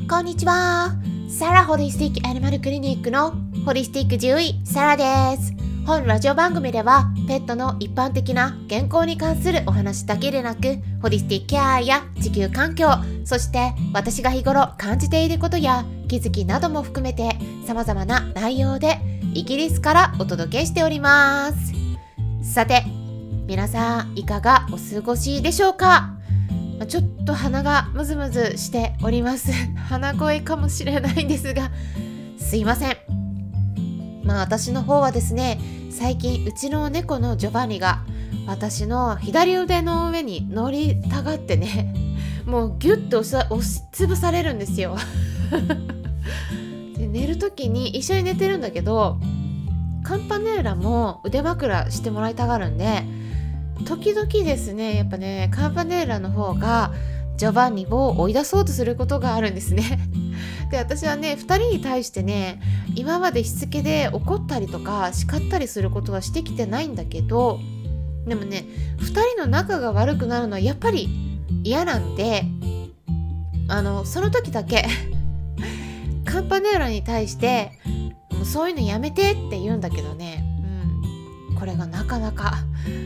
こんにちは。サラホリスティックアニマルクリニックのホリスティック獣医サラです。本ラジオ番組ではペットの一般的な健康に関するお話だけでなく、ホリスティックケアや地球環境、そして私が日頃感じていることや気づきなども含めて様々な内容でイギリスからお届けしております。さて、皆さんいかがお過ごしでしょうか？ちょっと鼻がムズムズしております。鼻声かもしれないんですが、すいません。私の方はですね、最近うちの猫のジョバンニが私の左腕の上に乗りたがってね、もうギュッと押しつぶされるんですよ。で、寝るときに一緒に寝てるんだけど、カンパネーラも腕枕してもらいたがるんで、時々ですね、やっぱね、カンパネーラの方がジョバンニを追い出そうとすることがあるんですね。で、私はね、2人に対してね、今までしつけで怒ったりとか叱ったりすることはしてきてないんだけど、でもね、2人の仲が悪くなるのはやっぱり嫌なんで、その時だけカンパネーラに対してもうそういうのやめてって言うんだけどね、これがなかなか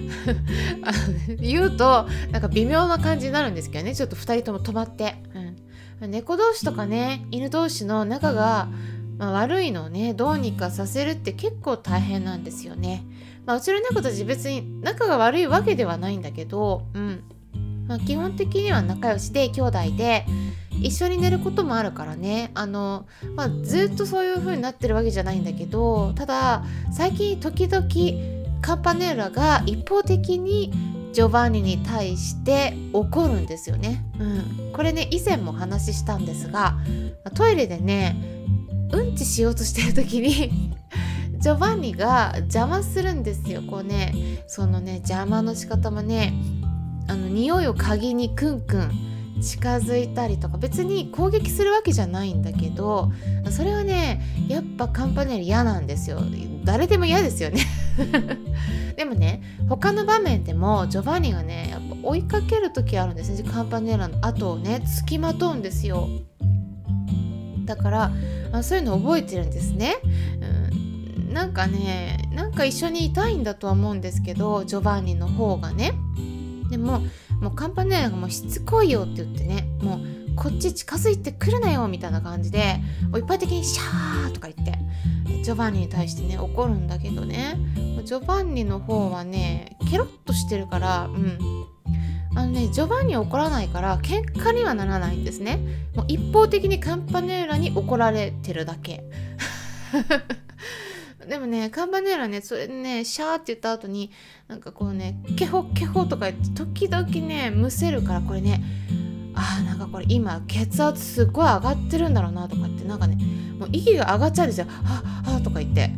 言うとなんか微妙な感じになるんですけどね、ちょっと2人とも止まって、猫同士とかね、犬同士の仲が、悪いのをね、どうにかさせるって結構大変なんですよね。うちの猫たち別に仲が悪いわけではないんだけど、基本的には仲良しで兄弟で一緒に寝ることもあるからね、ずっとそういう風になってるわけじゃないんだけど、ただ最近時々カンパネーラが一方的にジョバンニに対して怒るんですよね。これね、以前も話したんですが、トイレでね、うんちしようとしてる時にジョバンニが邪魔するんですよ。こうね、そのね、邪魔の仕方もね、匂いを嗅ぎにクンクン近づいたりとか、別に攻撃するわけじゃないんだけど、それはね、やっぱカンパネーラ嫌なんですよ。誰でも嫌ですよね。でもね、他の場面でもジョバンニがね、やっぱ追いかける時あるんですね。カンパネーラの後をね、付きまとうんですよ。だからそういうの覚えてるんですね。なんか一緒にいたいんだとは思うんですけど、ジョバンニの方がね。でもうカンパネーラがもうしつこいよって言ってね、もうこっち近づいてくるなよみたいな感じで一般的にシャーとか言ってジョバンニに対してね、怒るんだけどね、ジョバンニの方はね、ケロッとしてるから、ジョバンニは怒らないから喧嘩にはならないんですね。もう一方的にカンパネーラに怒られてるだけ。でもね、カンパネーラね、それね、シャーって言った後になんかこうね、ケホケホとか言って時々ね、むせるから、これね、なんかこれ今血圧すっごい上がってるんだろうなとかって、なんかね、もう息が上がっちゃうんですよ。はとか言って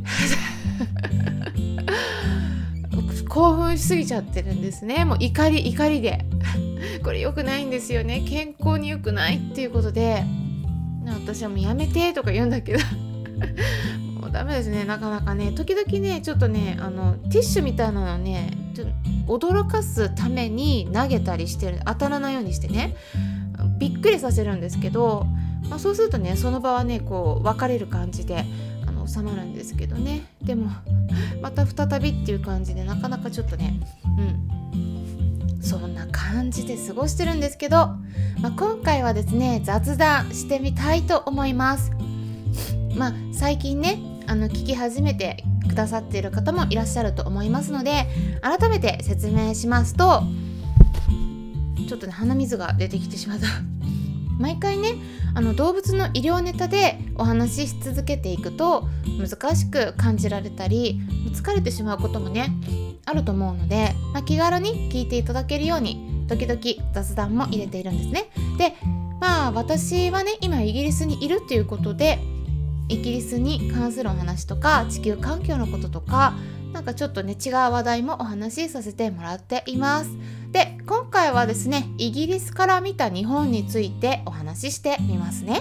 興奮しすぎちゃってるんですね。もう怒りでこれ良くないんですよね。健康に良くないっていうことで、私はもうやめてとか言うんだけどもうダメですね、なかなかね。時々ね、ちょっとね、ティッシュみたいなのね、ちょっと驚かすために投げたりしてる、当たらないようにしてね、びっくりさせるんですけど、そうするとね、その場はね、こう別れる感じで収まるんですけどね。でもまた再びっていう感じで、なかなかちょっとね、そんな感じで過ごしてるんですけど、今回はですね、雑談してみたいと思います。最近ね、聞き始めてくださっている方もいらっしゃると思いますので、改めて説明しますと、ちょっとね、鼻水が出てきてしまった。毎回ね、動物の医療ネタでお話しし続けていくと難しく感じられたり疲れてしまうこともね、あると思うので、気軽に聞いていただけるように時々雑談も入れているんですね。で、私はね、今イギリスにいるっていうことで、イギリスに関するお話とか地球環境のこととか、なんかちょっとね、違う話題もお話しさせてもらっています。で、今回はですね、イギリスから見た日本についてお話ししてみますね。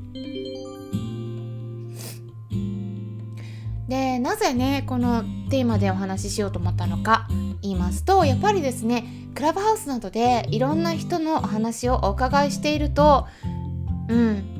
で、なぜね、このテーマでお話ししようと思ったのか言いますと、やっぱりですね、クラブハウスなどでいろんな人のお話をお伺いしていると、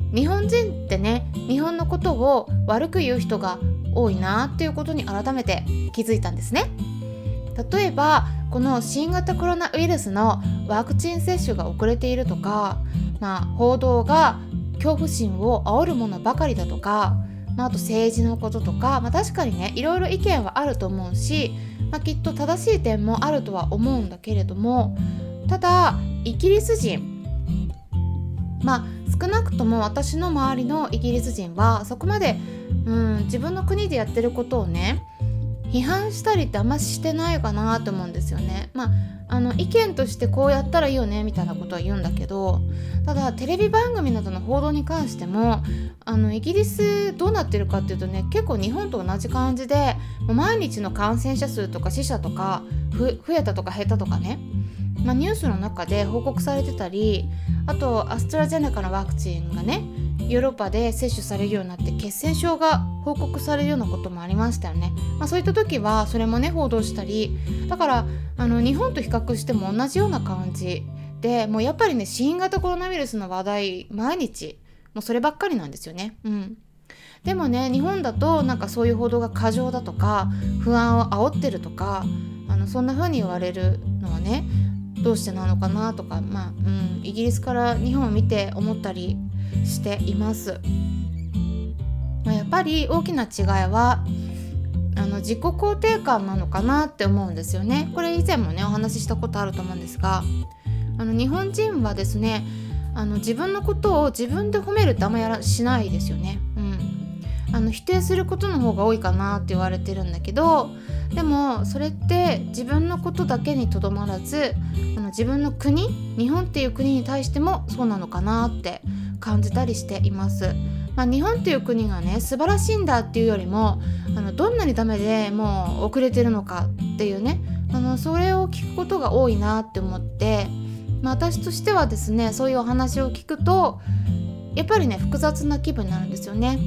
日本人ってね、日本のことを悪く言う人が多いなっていうことに改めて気づいたんですね。例えばこの新型コロナウイルスのワクチン接種が遅れているとか、報道が恐怖心を煽るものばかりだとか、あと政治のこととか、確かにねいろいろ意見はあると思うし、きっと正しい点もあるとは思うんだけれども、ただイギリス人、少なくとも私の周りのイギリス人はそこまで、自分の国でやってることをね批判したりってあんましてないかなと思うんですよね。意見としてこうやったらいいよねみたいなことは言うんだけど、ただテレビ番組などの報道に関してもイギリスどうなってるかっていうとね、結構日本と同じ感じで、もう毎日の感染者数とか死者とか増えたとか減ったとかね、ニュースの中で報告されてたり、あとアストラゼネカのワクチンがねヨーロッパで接種されるようになって血栓症が報告されるようなこともありましたよね。そういった時はそれもね報道したり、だから日本と比較しても同じような感じで、もうやっぱりね新型コロナウイルスの話題毎日もうそればっかりなんですよね。でもね日本だとそういう報道が過剰だとか不安を煽ってるとかそんな風に言われるのはねどうしてなのかなとか、イギリスから日本を見て思ったりしています。やっぱり大きな違いは自己肯定感なのかなって思うんですよね。これ以前もねお話ししたことあると思うんですが、日本人はですね自分のことを自分で褒めるってあんましないですよね。否定することの方が多いかなって言われてるんだけど、でもそれって自分のことだけにとどまらず自分の国、日本っていう国に対してもそうなのかなって感じたりしています。日本っていう国がね素晴らしいんだっていうよりもどんなにダメでもう遅れてるのかっていうねそれを聞くことが多いなって思って、私としてはですねそういうお話を聞くとやっぱりね複雑な気分になるんですよね。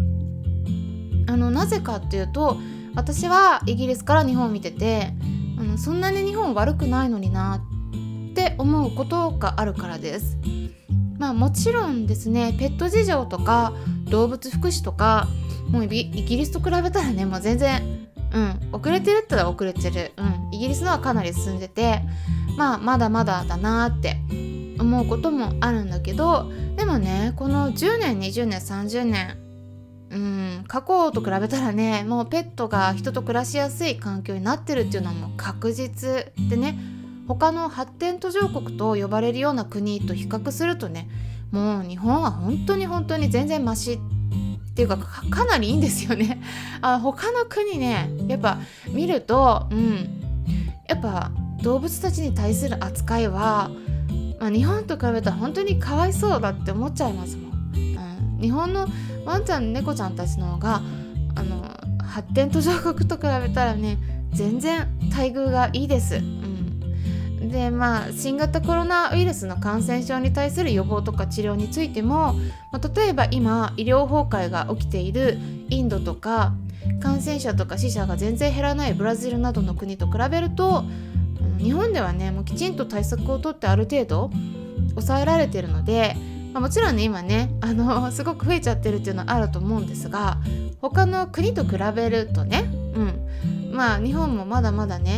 なぜかっていうと、私はイギリスから日本を見ててそんなに日本悪くないのになって思うことがあるからです。もちろんですねペット事情とか動物福祉とかもうイギリスと比べたらねもう全然、遅れてるったら遅れてる、イギリスのはかなり進んでてまだまだだなって思うこともあるんだけど、でもねこの10年20年30年過去と比べたらねもうペットが人と暮らしやすい環境になってるっていうのはもう確実でね、他の発展途上国と呼ばれるような国と比較するとねもう日本は本当に全然マシっていうか、かなりいいんですよね。他の国ねやっぱ見ると、やっぱ動物たちに対する扱いは、日本と比べたら本当にかわいそうだって思っちゃいますもん。日本のワンちゃん猫ちゃんたちの方が発展途上国と比べたらね全然待遇がいいです。で新型コロナウイルスの感染症に対する予防とか治療についても、例えば今医療崩壊が起きているインドとか感染者とか死者が全然減らないブラジルなどの国と比べると、日本ではねもうきちんと対策をとってある程度抑えられているので、もちろんね今ねすごく増えちゃってるっていうのはあると思うんですが、他の国と比べるとね、日本もまだまだね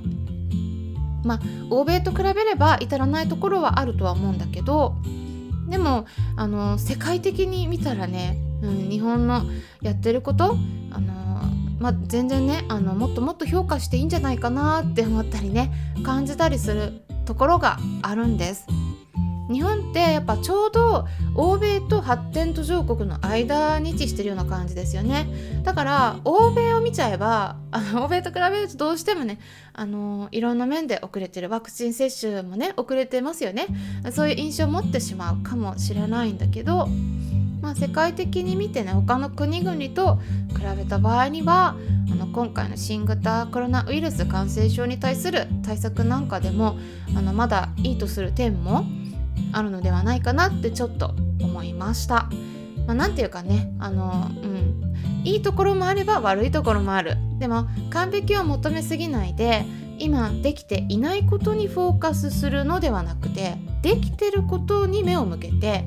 欧米と比べれば至らないところはあるとは思うんだけど、でも世界的に見たらね、日本のやってること全然ねもっともっと評価していいんじゃないかなって思ったりね感じたりするところがあるんです。日本ってやっぱちょうど欧米と発展途上国の間に位置してるような感じですよね。だから欧米を見ちゃえば欧米と比べるとどうしてもねいろんな面で遅れてる、ワクチン接種もね遅れてますよね。そういう印象を持ってしまうかもしれないんだけど、世界的に見てね他の国々と比べた場合には今回の新型コロナウイルス感染症に対する対策なんかでもまだいいとする点もあるのではないかなってちょっと思いました。なんていうかねいいところもあれば悪いところもある。でも完璧を求めすぎないで、今できていないことにフォーカスするのではなくて、できてることに目を向けて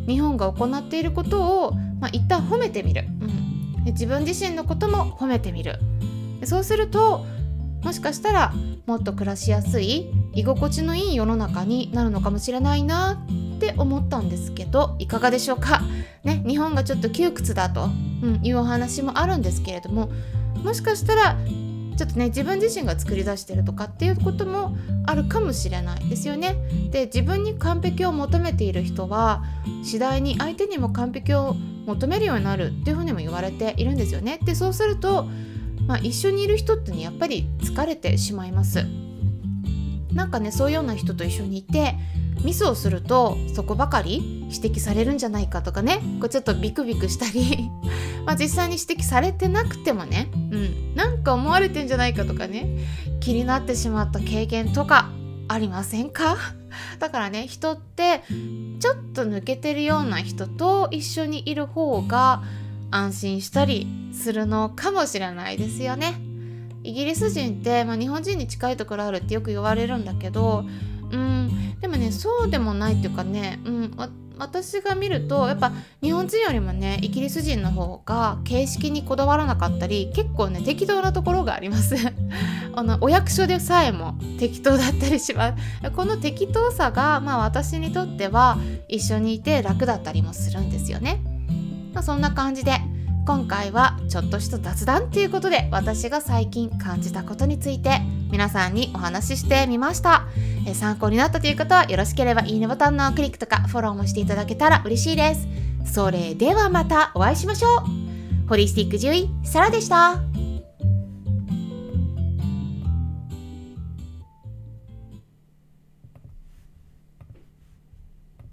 日本が行っていることを、一旦褒めてみる、で自分自身のことも褒めてみる。でそうするともしかしたらもっと暮らしやすい居心地のいい世の中になるのかもしれないなって思ったんですけど、いかがでしょうかね。日本がちょっと窮屈だと、いうお話もあるんですけれども、もしかしたらちょっとね自分自身が作り出してるとかっていうこともあるかもしれないですよね。で自分に完璧を求めている人は次第に相手にも完璧を求めるようになるっていうふうにも言われているんですよね。でそうすると、一緒にいる人ってねやっぱり疲れてしまいます。なんかねそういうような人と一緒にいてミスをするとそこばかり指摘されるんじゃないかとかね、こうちょっとビクビクしたり実際に指摘されてなくてもね、なんか思われてんじゃないかとかね、気になってしまった経験とかありませんか？だからね、人ってちょっと抜けてるような人と一緒にいる方が安心したりするのかもしれないですよね。イギリス人って、日本人に近いところあるってよく言われるんだけど、でもねそうでもないっていうかね、私が見るとやっぱ日本人よりもねイギリス人の方が形式にこだわらなかったり、結構ね適当なところがありますお役所でさえも適当だったりします。この適当さが、私にとっては一緒にいて楽だったりもするんですよね。そんな感じで今回はちょっとした雑談ということで、私が最近感じたことについて皆さんにお話ししてみました。参考になったという方はよろしければいいねボタンのクリックとかフォローもしていただけたら嬉しいです。それではまたお会いしましょう。ホリスティック獣医サラでした。